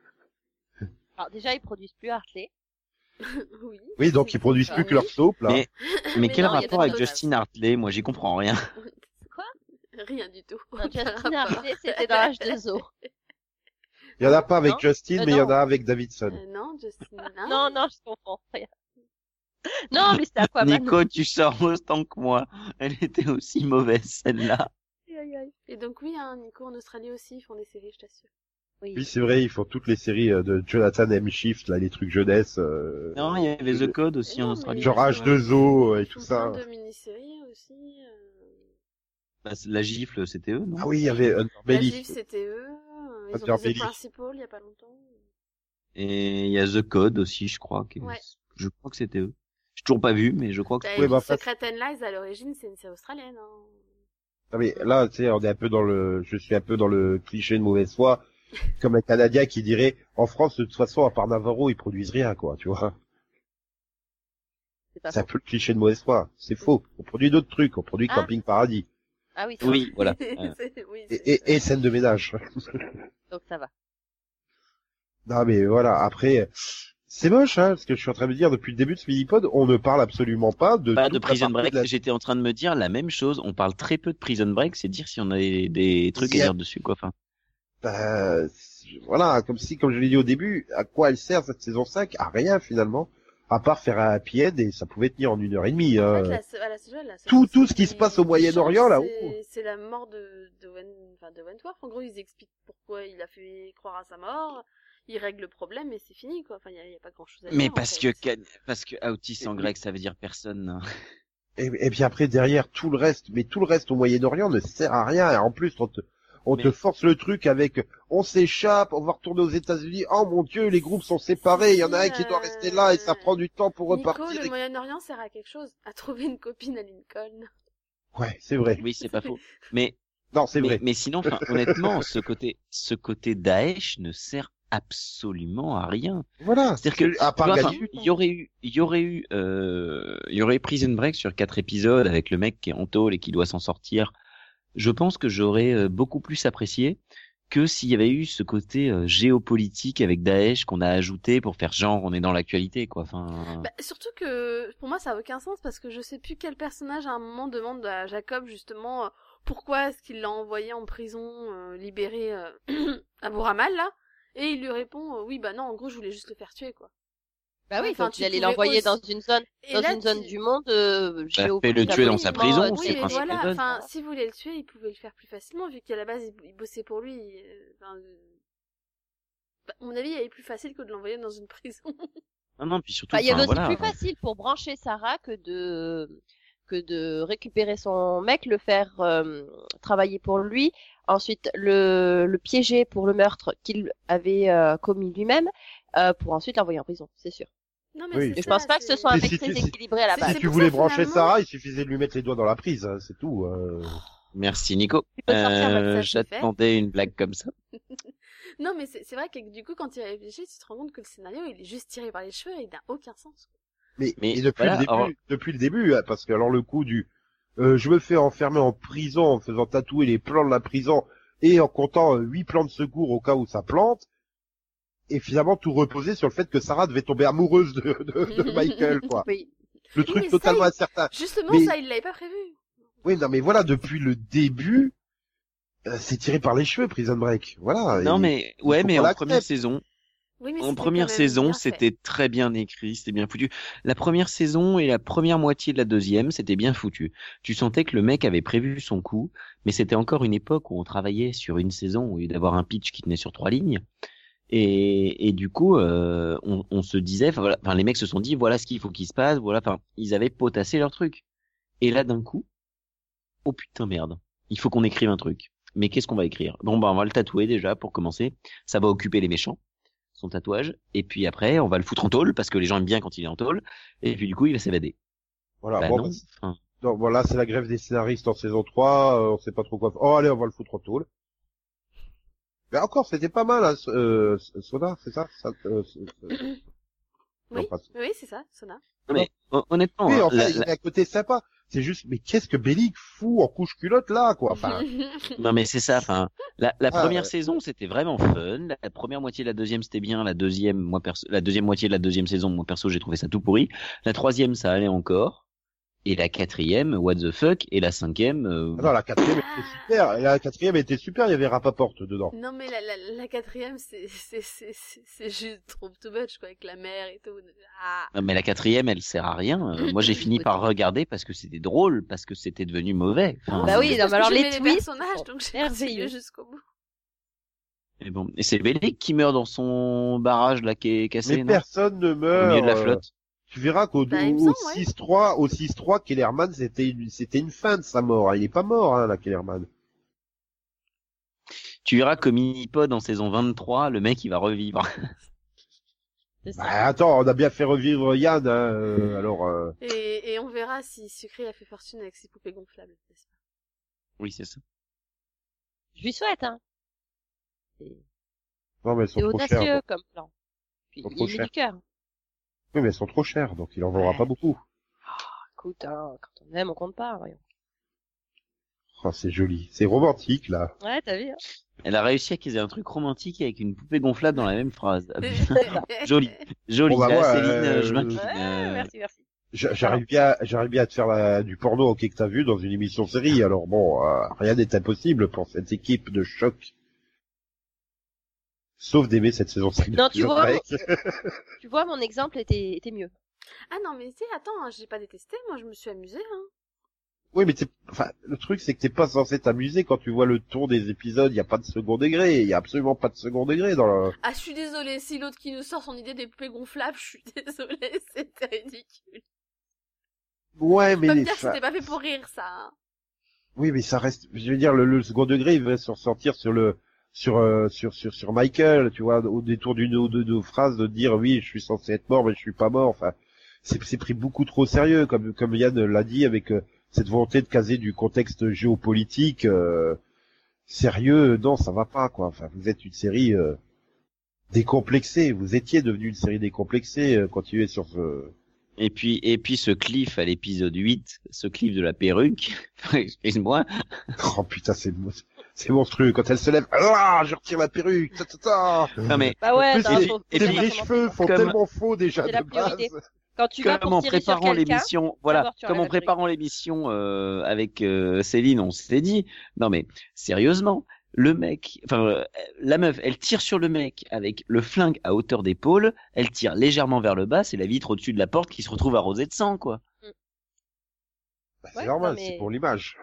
Alors déjà, ils produisent plus Hartley. Oui. Oui, donc ils produisent Ah plus que oui. leur soap là. Mais, mais Mais quel non, il y a rapport des avec choses. Justin Hartley? Moi, j'y comprends rien. Rien du tout. Non, Aucun Justin rapport. Hartley, c'était dans l'âge de Zo. Il y en a pas avec Non. Justin, Euh, mais il y en non. a avec Davidson. Euh, non, Justin. Non, non, je comprends rien. Non, mais c'était Aquaman. Nico, tu sors autant que moi. Elle était aussi mauvaise, celle-là. Aïe, aïe, aïe. Et donc oui, hein, Nico, en Australie aussi, ils font des séries, je t'assure. Oui. Oui, c'est vrai, ils font toutes les séries euh, de Jonathan M. Shift, là, les trucs jeunesse. Euh, Non, il y avait The Code aussi Mais en non, Australie. mais- Genre H deux O et Ils tout font ça. plein de mini-séries aussi. euh. Bah, la gifle, c'était eux, non? Ah oui, il y avait La Underbelly. Gif, c'était eux. euh, Ils ont Hunter fait Belly. The Principal il y a pas longtemps. Et il y a The Code aussi, je crois. que- Ouais. Je crois que c'était eux. J'ai toujours pas vu, mais je crois que Bah, Ouais, bah, Secret face- and Lies, à l'origine, c'est une série australienne. Hein. Ah mais là, tu sais, on est un peu dans le, je suis un peu dans le cliché de mauvaise foi, comme un Canadien qui dirait, en France, de toute façon, à part Navarro, ils produisent rien, quoi, tu vois. C'est pas C'est un faux. peu le cliché de mauvaise foi. C'est faux. On produit d'autres trucs. On produit Ah. Camping Paradis. Ah oui, c'est oui, voilà. Ouais. C'est- oui, Et, c'est- et, et scène de ménage. donc ça va. Non, mais voilà. Après, c'est moche, hein, parce que je suis en train de me dire, depuis le début de ce mini-pod, on ne parle absolument pas de Pas toute de la Prison partie Break. de la- J'étais en train de me dire la même chose. On parle très peu de Prison Break. C'est dire si on a des, des trucs Il y à a- dire dessus, quoi. Enfin, Bah, c'est- voilà, comme si, comme je l'ai dit au début, à quoi elle sert cette saison cinq? À rien, finalement. À part faire un happy end, et ça pouvait tenir en une heure et demie. En hein. fait, la, se- voilà, c'est vrai, la seule Tout- chose tout ce qui se passe au qui Moyen-Orient, change, là, c'est- oh. C'est la mort de, de, Wen, enfin, de Wentworth. En gros, ils expliquent pourquoi il a fait croire à sa mort. Ils règlent le problème et c'est fini, quoi. Enfin, il y a, il y a pas grand chose à dire. mais en parce fait. que parce que Autis en grec, ça veut dire personne. Et, et puis après, derrière, tout le reste, mais tout le reste au Moyen-Orient ne sert à rien. Et en plus, on te, on te Mais- force le truc avec, on s'échappe, on va retourner aux États-Unis. Oh mon Dieu, les groupes sont séparés. Il y en a un qui doit rester là et ça prend du temps pour Nico, repartir. le Moyen-Orient sert à quelque chose. À trouver une copine à Lincoln. Ouais, c'est vrai. Oui, c'est pas faux. Mais Non, c'est mais, vrai. mais sinon, enfin, honnêtement, ce côté ce côté Daesh ne sert absolument à rien. Voilà. C'est-à-dire que à part tu vois, gagner enfin, du il temps. y aurait eu, il y aurait eu, euh, il y aurait eu Prison Break sur quatre épisodes avec le mec qui est en tôle et qui doit s'en sortir. Je pense que j'aurais euh, beaucoup plus apprécié que s'il y avait eu ce côté euh, géopolitique avec Daesh qu'on a ajouté pour faire genre on est dans l'actualité, quoi. Enfin, Bah, surtout que pour moi ça a aucun sens parce que je sais plus quel personnage à un moment demande à Jacob justement euh, pourquoi est-ce qu'il l'a envoyé en prison euh, libéré euh, à Bouramal là et il lui répond euh, oui bah non en gros je voulais juste le faire tuer quoi. Bah oui, Enfin, donc tu il allait pouvais l'envoyer aussi- dans une zone, Et dans là, une zone tu- du monde euh, Bah, géo- fais-le tuer dans sa prison, euh, Oui, c'est mais le principe voilà, de zone. enfin, si vous voulez le tuer, il pouvait le faire plus facilement, vu qu'à la base, il, il bossait pour lui. euh, Enfin, euh, bah, à mon avis, il est plus facile que de l'envoyer dans une prison. Non, non, puis surtout, Bah, il y avait enfin, aussi voilà. plus facile pour brancher Sarah que de que de récupérer son mec, le faire euh, travailler pour lui, ensuite le, le piéger pour le meurtre qu'il avait euh, commis lui-même, euh, pour ensuite l'envoyer en prison, c'est sûr. Non, mais Oui. c'est Et je ça, pense pas que ce c'est- soit un Mais mec si très tu- si- équilibré à la c'est- base. Si c'est tu pour voulais ça, brancher finalement- Sarah, il suffisait de lui mettre les doigts dans la prise, hein, c'est tout. euh. Merci Nico. Tu peux sortir Euh, WhatsApp, c'est fait. J'attendais une blague comme ça. Non, mais c'est c'est vrai que du coup, quand tu y réfléchis, tu te rends compte que le scénario, il est juste tiré par les cheveux et il n'a aucun sens. Mais, Mais et depuis voilà, le début, alors- depuis le début, hein, parce que alors le coup du, euh, je me fais enfermer en prison en faisant tatouer les plans de la prison et en comptant euh, huit plans de secours au cas où ça plante, et finalement tout reposait sur le fait que Sarah devait tomber amoureuse de, de, de Michael, quoi. Oui. Le Oui, truc mais ça, totalement il- incertain. Justement, Mais- ça, il l'avait pas prévu. Oui, non, mais voilà, depuis le début, euh, c'est tiré par les cheveux, Prison Break. Voilà. Non, et- mais, il ouais, faut mais qu'on en l'accepte. première saison, Oui, mais en c'était première quand même saison, bien fait. c'était très bien écrit, c'était bien foutu. La première saison et la première moitié de la deuxième, c'était bien foutu. Tu sentais que le mec avait prévu son coup, mais c'était encore une époque où on travaillait sur une saison au lieu d'avoir un pitch qui tenait sur trois lignes. Et, et du coup, euh, on, on se disait, enfin voilà, enfin les mecs se sont dit, voilà ce qu'il faut qu'il se passe, voilà, enfin ils avaient potassé leur truc. Et là d'un coup, oh putain merde, il faut qu'on écrive un truc. Mais qu'est-ce qu'on va écrire? Bon bah on va le tatouer déjà pour commencer. Ça va occuper les méchants, son tatouage. Et puis après, on va le foutre en tôle parce que les gens aiment bien quand il est en tôle. Et puis du coup, il va s'évader. Voilà, Bah bon, non. bah, Enfin, donc, voilà, c'est la grève des scénaristes en saison trois, euh, on sait pas trop quoi faire. Oh, allez, on va le foutre en tôle. Mais encore, c'était pas mal, hein, euh, Soda, c'est ça, ça euh, c'est- c'est- Non, Oui, pas- oui, c'est ça, Sona. non, mais hon- honnêtement, Oui, hein, enfin, la- il y la- avait un côté sympa. C'est juste, mais qu'est-ce que Bellic fout en couche culotte là, quoi. Enfin, non mais c'est ça. Enfin, la, la Ah, première ouais. saison c'était vraiment fun. La première moitié de la deuxième c'était bien. La deuxième, moi perso, la deuxième moitié de la deuxième saison, moi perso, j'ai trouvé ça tout pourri. La troisième, ça allait encore. Et la quatrième, what the fuck. Et la cinquième, euh, ah non, la quatrième était super. Et la quatrième était super, il y avait Rapaport dedans. Non, mais la, la, la quatrième, c'est, c'est, c'est, c'est, c'est juste trop too much, quoi, avec la mère et tout. Ah. non, mais la quatrième, elle sert à rien. Euh, moi, j'ai fini par regarder parce que c'était drôle, parce que c'était devenu mauvais. Enfin, Bah oui, c'est non, parce mais alors que les j'aimais twists personnages, sont donc j'ai merveilleux. continué jusqu'au bout. Et bon, et c'est Bellic qui meurt dans son barrage là qui est cassé, Mais non personne ne Au meurt. milieu de la euh, flotte. Tu verras qu'au Bah, il me au semble, ouais. six trois, au six trois, Kellerman, c'était une, c'était une fin de sa mort. Il est pas mort, hein, la Kellerman. Tu verras que Minipod en saison vingt-trois, le mec il va revivre. C'est ça. Bah, attends, on a bien fait revivre Yann, hein, euh, alors, euh, Et, et on verra si Sucré a fait fortune avec ses poupées gonflables, n'est-ce pas? Oui, c'est ça. Je lui souhaite, hein. C'est non, mais elles sont c'est trop chères. audacieux donc. comme plan. Puis Ils sont il trop met chères. du cœur. Oui, mais elles sont trop chères, donc il en vendra Ouais. pas beaucoup. Écoute, hein, quand on aime, on compte pas, voyons. Oh, c'est joli. C'est romantique, là. Ouais, t'as vu, hein. Elle a réussi à qu'ils aient un truc romantique avec une poupée gonflable dans la même phrase. Joli, joli. Bon, bah, Là, moi, Céline, euh, je m'incline. Ouais, Euh, merci, merci. J'a- J'arrive bien, j'arrive bien à te faire la- du porno ok que t'as vu dans une émission série. Alors bon, euh, rien n'est impossible pour cette équipe de choc. Sauf d'aimer cette saison cinq de Non, tu Prison vois, Break. Tu vois, mon exemple était, était mieux. Ah non, mais si, attends, hein, j'ai pas détesté, moi je me suis amusée, hein. Oui, mais t'es, enfin, le truc c'est que t'es pas censé t'amuser quand tu vois le ton des épisodes. Il y a pas de second degré. Il y a absolument pas de second degré dans le. Ah, je suis désolée, si l'autre qui nous sort son idée des poupées gonflables, je suis désolée, c'était ridicule. Ouais, mais Pas me les- dire que enfin, c'était pas fait pour rire, ça, hein. oui, mais ça reste. Je veux dire, le, le second degré, il va se ressortir sur le, sur, euh, sur, sur, sur Michael. Tu vois, au détour d'une ou deux, deux phrases de dire oui, je suis censé être mort, mais je suis pas mort. Enfin, c'est, c'est pris beaucoup trop au sérieux, comme, comme Yann l'a dit, avec euh, cette volonté de caser du contexte géopolitique. Euh, sérieux, non, ça va pas, quoi. Enfin, vous êtes une série euh, décomplexée. Vous étiez devenu une série décomplexée. Euh, continuez sur ce. Et puis, et puis ce cliff à l'épisode huit, ce cliff de la perruque, excuse-moi, Oh putain, c'est c'est monstrueux quand elle se lève. Ah, je retire la perruque. Ta, ta, ta. non mais, Bah ouais, En plus, attends, les, faut- et les faut puis- vrais savoir cheveux comment- font Comme- tellement faux déjà C'est la de base. priorité. Quand tu vas comme pour en tirer sur préparant quelqu'un, l'émission, voilà, d'abord, tu comme enlèves en la perruque. préparant l'émission euh, avec euh, Céline, on s'était dit, non mais sérieusement, le mec, enfin, euh, la meuf, elle tire sur le mec avec le flingue à hauteur d'épaule, elle tire légèrement vers le bas, c'est la vitre au-dessus de la porte qui se retrouve arrosée de sang, quoi. Bah, c'est Ouais, normal, non, mais- c'est pour l'image.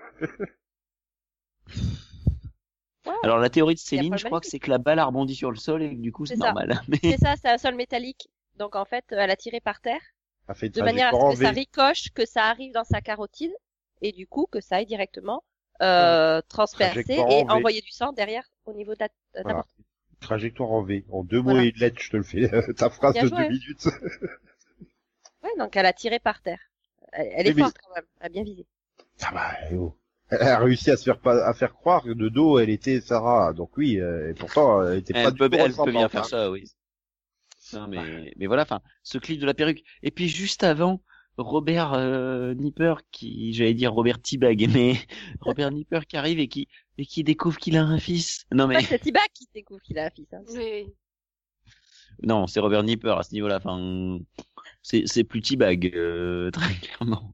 Ouais, Alors la théorie de Y a Céline, pas je le crois magnifique. que c'est que la balle a rebondi sur le sol et que du coup c'est C'est ça. normal. Mais c'est ça, c'est un sol métallique. Donc en fait, elle a tiré par terre Ça fait une de manière à trajectoire en ce que ça V. ricoche, que ça arrive dans sa carotide et du coup que ça aille directement euh, transpercer Trajectoire et en V. envoyer du sang derrière au niveau de ta, de ta Voilà. porte. Trajectoire en V. En deux mots Voilà. et une lettre, je te le fais. Ta phrase Bien de joué. deux minutes. Ouais, donc elle a tiré par terre. Elle, elle est Oui, mais- forte quand même, elle a bien visé. Ça va, eh oh. Elle a réussi à se faire pas, à faire croire que de dos, elle était Sarah. Donc oui, euh, et pourtant, elle était pas elle du peut, tout elle peut bien ressemblante, faire hein. ça, oui. Non, mais, mais voilà, enfin, ce clip de la perruque. Et puis juste avant, Robert euh, Nipper qui, j'allais dire Robert T-Bag, mais Robert Nipper qui arrive et qui et qui découvre qu'il a un fils. Non mais Ouais, c'est Tiba qui découvre qu'il a un fils. Hein. Oui, oui. non, c'est Robert Nipper à ce niveau-là. Enfin, c'est c'est plus T-Bag euh, très clairement.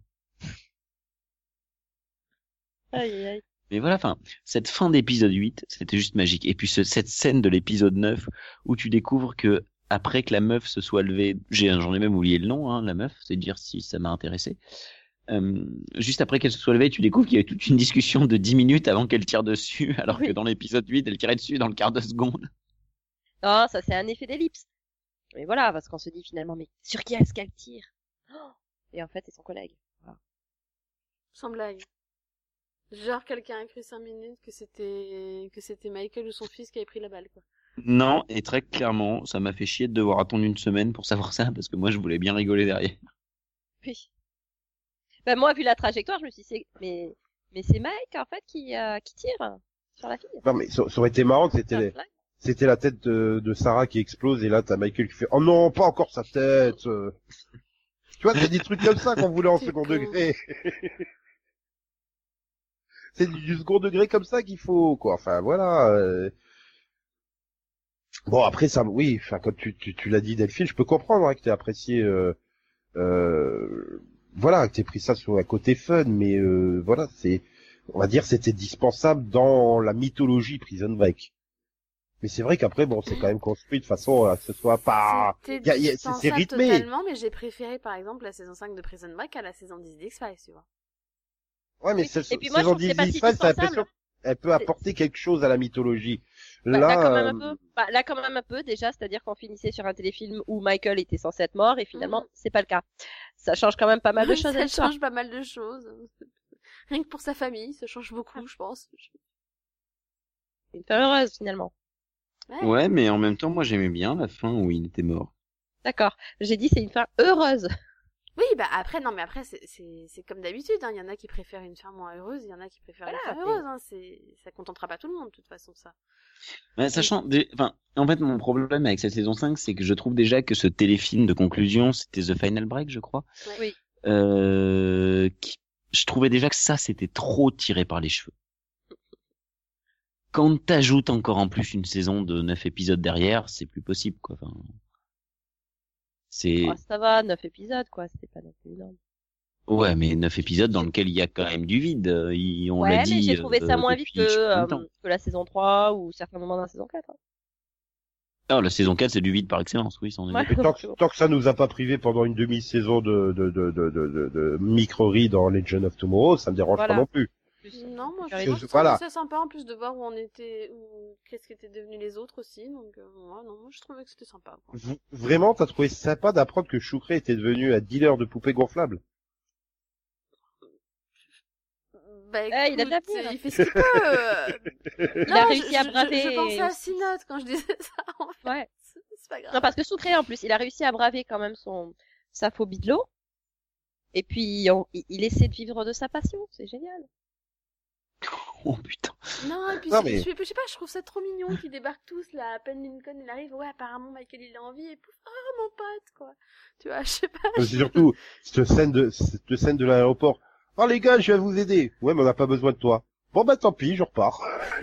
Aïe, aïe, aïe. Mais voilà, enfin, cette fin d'épisode huit, c'était juste magique. Et puis ce, cette scène de l'épisode neuf où tu découvres que après que la meuf se soit levée, j'ai, j'en ai même oublié le nom, hein, la meuf, c'est dire si ça m'a intéressé. Euh, juste après qu'elle se soit levée, tu découvres qu'il y avait toute une discussion de dix minutes avant qu'elle tire dessus, alors Oui. que dans l'épisode huit, elle tirait dessus dans le quart de seconde. Non, ça c'est un effet d'ellipse. Mais voilà, parce qu'on se dit finalement, mais sur qui est-ce qu'elle tire? Oh, et en fait, c'est son collègue. Sans blague. Genre, quelqu'un a cru cinq minutes que c'était, que c'était Michael ou son fils qui avait pris la balle, quoi. Non, et très clairement, ça m'a fait chier de devoir attendre une semaine pour savoir ça, parce que moi, je voulais bien rigoler derrière. Oui. Ben moi, vu la trajectoire, je me suis dit, c'est- mais, mais c'est Mike, en fait, qui, euh, qui tire sur la fille. Non, mais ça, ça aurait été marrant que c'était, les- c'était la tête de, de Sarah qui explose et là t'as Michael qui fait oh non pas encore sa tête. euh. Tu vois c'est des trucs comme ça qu'on voulait en C'est second con. degré. C'est du, du second degré comme ça qu'il faut quoi. Enfin voilà. euh. Bon après ça oui enfin quand tu tu, tu l'as dit Delphine je peux comprendre hein, que t'aies apprécié euh, euh, voilà que t'aies pris ça sur un côté fun mais euh, voilà c'est on va dire c'était dispensable dans la mythologie Prison Break. Mais c'est vrai qu'après, bon, c'est quand même construit de façon à ce que ce soit pas... C'était y a- y a- c'est- c'est dispensable rythmé. totalement, mais j'ai préféré, par exemple, la saison cinq de Prison Break à la saison dix d'X-Files, tu vois. Ouais, mais Oui. c'est, Et puis moi, je saison trouve que c'est pas dix, si t'as dispensable. l'impression qu'elle peut apporter quelque chose à la mythologie. Bah, là, là, quand même euh, un peu. Bah, là, quand même un peu, déjà, c'est-à-dire qu'on finissait sur un téléfilm où Michael était censé être mort et finalement, Mhm. c'est pas le cas. Ça change quand même pas mal de Oui, choses à ça l'histoire. change pas mal de choses. Rien que pour sa famille, ça change beaucoup, je pense. C'est une fin heureuse, finalement. Ouais. Ouais, mais en même temps, moi, j'aimais bien la fin où il était mort. D'accord. J'ai dit c'est une fin heureuse. Oui, bah après, non, mais après, c'est, c'est, c'est comme d'habitude, hein. Il y en a qui préfèrent une fin moins heureuse, il y en a qui préfèrent Voilà, une fin mais- heureuse, hein. C'est, ça contentera pas tout le monde, de toute façon, ça. Ouais, sachant, des- enfin, en fait, mon problème avec cette saison cinq, c'est que je trouve déjà que ce téléfilm de conclusion, c'était The Final Break, je crois. Ouais. Oui. Euh, qui- je trouvais déjà que ça, c'était trop tiré par les cheveux. Quand t'ajoutes encore en plus une saison de neuf épisodes derrière, c'est plus possible, quoi. Enfin, c'est, Oh, ça va, neuf épisodes, quoi. C'était pas non plus énorme. ouais, mais neuf épisodes dans lesquels il y a quand même du vide. euh, il- on ouais, l'a dit. mais j'ai trouvé ça euh, moins vite depuis que, je sais pas combien euh, de temps. que la saison trois ou certains moments dans la saison quatre. hein. Ah, la saison quatre, c'est du vide par excellence, oui, c'en est. Ouais. mais tant, que, tant que ça nous a pas privé pendant une demi-saison de, de, de, de, de, de, de micro-ri dans Legend of Tomorrow, ça me dérange Voilà. pas non plus. Plus, Non, moi, Parce je que trouve je- ça voilà. ça sympa, en plus, de voir où on était, où, qu'est-ce qu'étaient devenus les autres aussi, donc, euh, ouais, non, moi, je trouvais que c'était sympa, quoi. V- Vraiment, t'as trouvé sympa d'apprendre que Choucré était devenu un dealer de poupées gonflables? Bah, Eh, il a écoute, de l'avenir. il fait ce qu'il peut. euh. Il Non, a je- réussi à je- braver Je, je pensais à aussi. Sinote quand je disais ça, en fait. Ouais. C'est c'est pas grave. Non, parce que Soucré, en plus, il a réussi à braver quand même son, sa phobie de l'eau. Et puis, on- il, il essaie de vivre de sa passion. C'est génial. Oh putain. Non, et puis, Non, c'est- mais- je, je sais pas, je trouve ça trop mignon qu'ils débarquent tous, là, à peine Lincoln, il arrive, ouais, apparemment, Michael, il a envie, et pouf, oh, mon pote, quoi. Tu vois, je sais pas. C'est surtout cette scène de cette scène de l'aéroport. Oh les gars, je viens vous aider. Ouais, mais on n'a pas besoin de toi. Bon bah tant pis, je repars.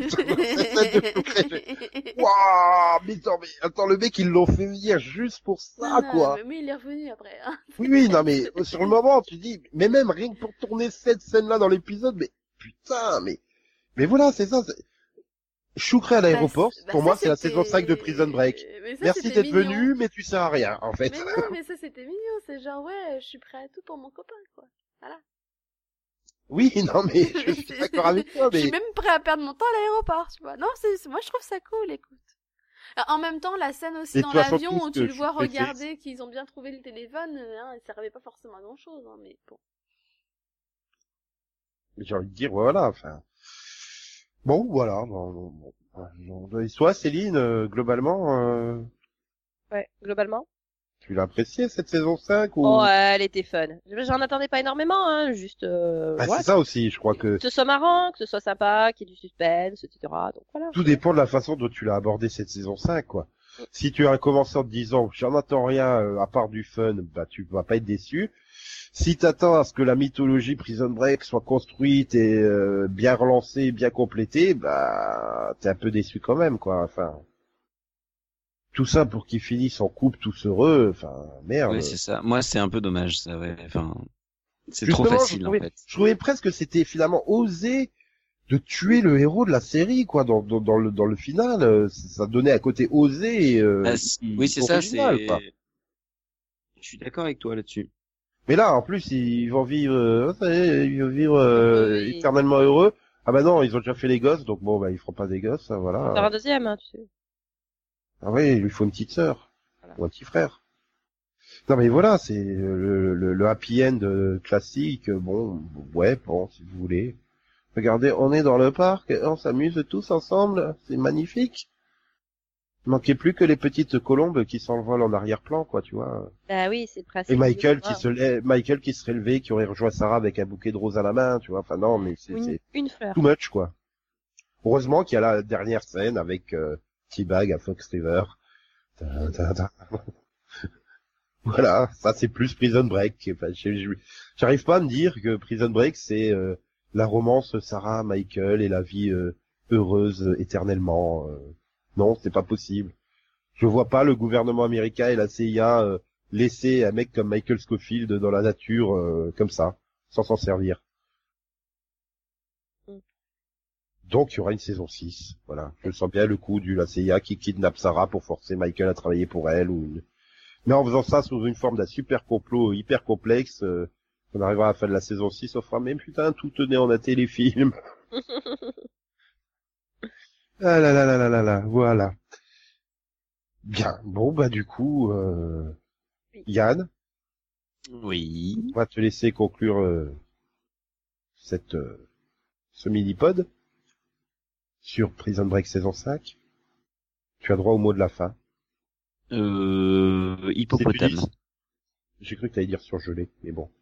Waouh, mais attends, mais attends, le mec ils l'ont fait venir juste pour ça, Non, non, quoi. Mais, mais il est revenu après, hein. Oui, oui, non mais sur le moment, tu dis, mais même rien que pour tourner cette scène-là dans l'épisode, mais putain, mais mais voilà, c'est ça. c'est- Choucré à l'aéroport, Bah, bah, pour ça, moi, c'est la c'était- saison cinq de Prison Break. Mais ça, Merci c'était d'être mignon. venu, mais tu sers à rien, en fait. Mais non, mais ça c'était mignon, c'est genre ouais, je suis prêt à tout pour mon copain, quoi. Voilà. Oui, non, mais je suis d'accord avec toi, Je suis mais même prêt à perdre mon temps à l'aéroport, tu vois. Non, c'est, c'est- moi je trouve ça cool, écoute. Euh, En même temps, la scène aussi Et dans de toute façon, l'avion tout ce où que tu le je vois préfère- regarder qu'ils ont bien trouvé le téléphone, euh, hein, il servait pas forcément à grand chose, hein, mais bon. j'ai envie de dire, voilà, enfin... Bon, voilà, bon, bon, bon. Et toi, Céline, euh, globalement, euh, Ouais, globalement. tu l'as apprécié, cette saison cinq, ou... Oh, ouais, elle était fun. J'en attendais pas énormément, hein, juste, euh, Ah, voilà. c'est ça aussi, je crois que Que ce soit marrant, que ce soit sympa, qu'il y ait du suspense, et cetera. Donc voilà. tout dépend de la façon dont tu l'as abordé cette saison cinq, quoi. Si tu as commencé en te disant, j'en attends rien, euh, à part du fun, bah, tu vas pas être déçu. Si t'attends à ce que la mythologie Prison Break soit construite et euh, bien relancée, bien complétée, bah, t'es un peu déçu quand même, quoi. Enfin, tout ça pour qu'ils finissent en couple tous heureux. Enfin, merde. Ouais, c'est ça. Moi, c'est un peu dommage, ça, ouais. Enfin, c'est Justement, trop je facile, en trouvais, fait. je trouvais presque que c'était finalement osé de tuer le héros de la série, quoi, dans, dans, dans le dans le final. euh, Ça donnait un côté osé. Et, euh, Ah, c- oui, c'est ça, original, c'est... quoi. Je suis d'accord avec toi là-dessus. Mais là, en plus, ils vont vivre, euh, ça y est, ils vont vivre euh, Oui. éternellement heureux. Ah bah non, ils ont déjà fait les gosses, donc bon, bah ils feront pas des gosses, hein, Faire voilà. un deuxième, hein, tu sais. Ah oui, il lui faut une petite sœur Voilà. ou un petit frère. Non mais voilà, c'est le, le, le happy end euh, classique. Bon, ouais, bon, si vous voulez. Regardez, on est dans le parc, on s'amuse tous ensemble, c'est magnifique. Il manquait plus que les petites colombes qui s'envolent en arrière-plan, quoi, tu vois. Bah oui, c'est le principe. Et Michael du- qui se lève, Michael qui serait levé, qui aurait rejoint Sarah avec un bouquet de roses à la main, tu vois. Enfin non, mais c'est Une, c'est une fleur. too much, quoi. Heureusement qu'il y a la dernière scène avec euh, T-Bag à Fox River. Ta, ta, ta. Voilà, ça c'est plus Prison Break. Enfin, je- je- j'arrive pas à me dire que Prison Break c'est euh, la romance Sarah, Michael et la vie euh, heureuse euh, éternellement. euh. Non, c'est pas possible. Je vois pas le gouvernement américain et la C I A euh, laisser un mec comme Michael Scofield dans la nature euh, comme ça, sans s'en servir. Mm. Donc il y aura une saison six. Voilà, je sens bien le coup du la C I A qui kidnappe Sarah pour forcer Michael à travailler pour elle ou une... Mais en faisant ça sous une forme d'un super complot hyper complexe, euh, on arrivera à la fin de la saison six, on fera mais putain tout tenait en un téléfilm. Ah là là là là là là, voilà. Bien, bon bah du coup, euh, Oui. Yann, Oui. on va te laisser conclure euh, cette euh, ce mini-pod sur Prison Break saison cinq. Tu as droit au mot de la fin. Euh, hippopotame. C'est plus J'ai cru que tu allais dire surgelé, mais bon.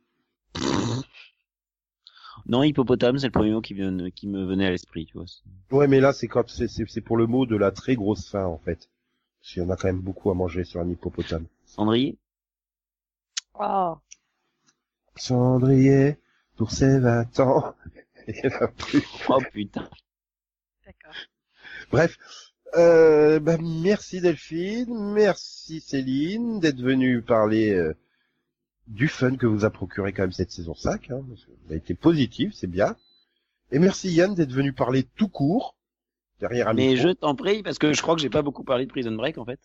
Non, hippopotame, c'est le premier mot qui, vient, qui me venait à l'esprit, tu vois. Ouais, mais là c'est quand c'est c'est c'est pour le mot de la très grosse faim en fait. Parce qu'il y en a quand même beaucoup à manger sur un hippopotame. Cendrier. Oh. Cendrier, pour ses vingt ans. Il va plus. Oh putain. D'accord. Bref, euh, bah, merci Delphine, merci Céline d'être venue parler euh, du fun que vous a procuré quand même cette saison cinq. Hein, parce que vous avez été positif, c'est bien. Et merci Yann d'être venu parler tout court, derrière un Mais micro. je t'en prie, parce que je crois que j'ai pas beaucoup parlé de Prison Break, en fait.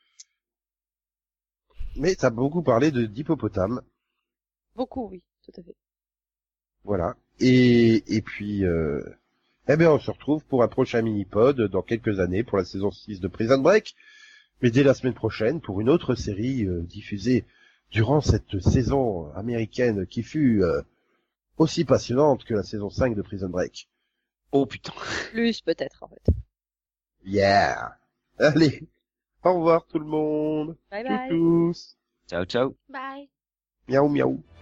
Mais t'as beaucoup parlé de d'hippopotame, Beaucoup, oui, tout à fait. voilà. Et, et puis, euh, eh bien on se retrouve pour un prochain mini-pod dans quelques années pour la saison six de Prison Break. Mais dès la semaine prochaine pour une autre série euh, diffusée durant cette saison américaine qui fut euh, aussi passionnante que la saison cinq de Prison Break. Oh putain. Plus, peut-être, en fait. Yeah! Allez, au revoir tout le monde. Bye bye. Tous. Ciao, ciao. Bye. Miaou miaou.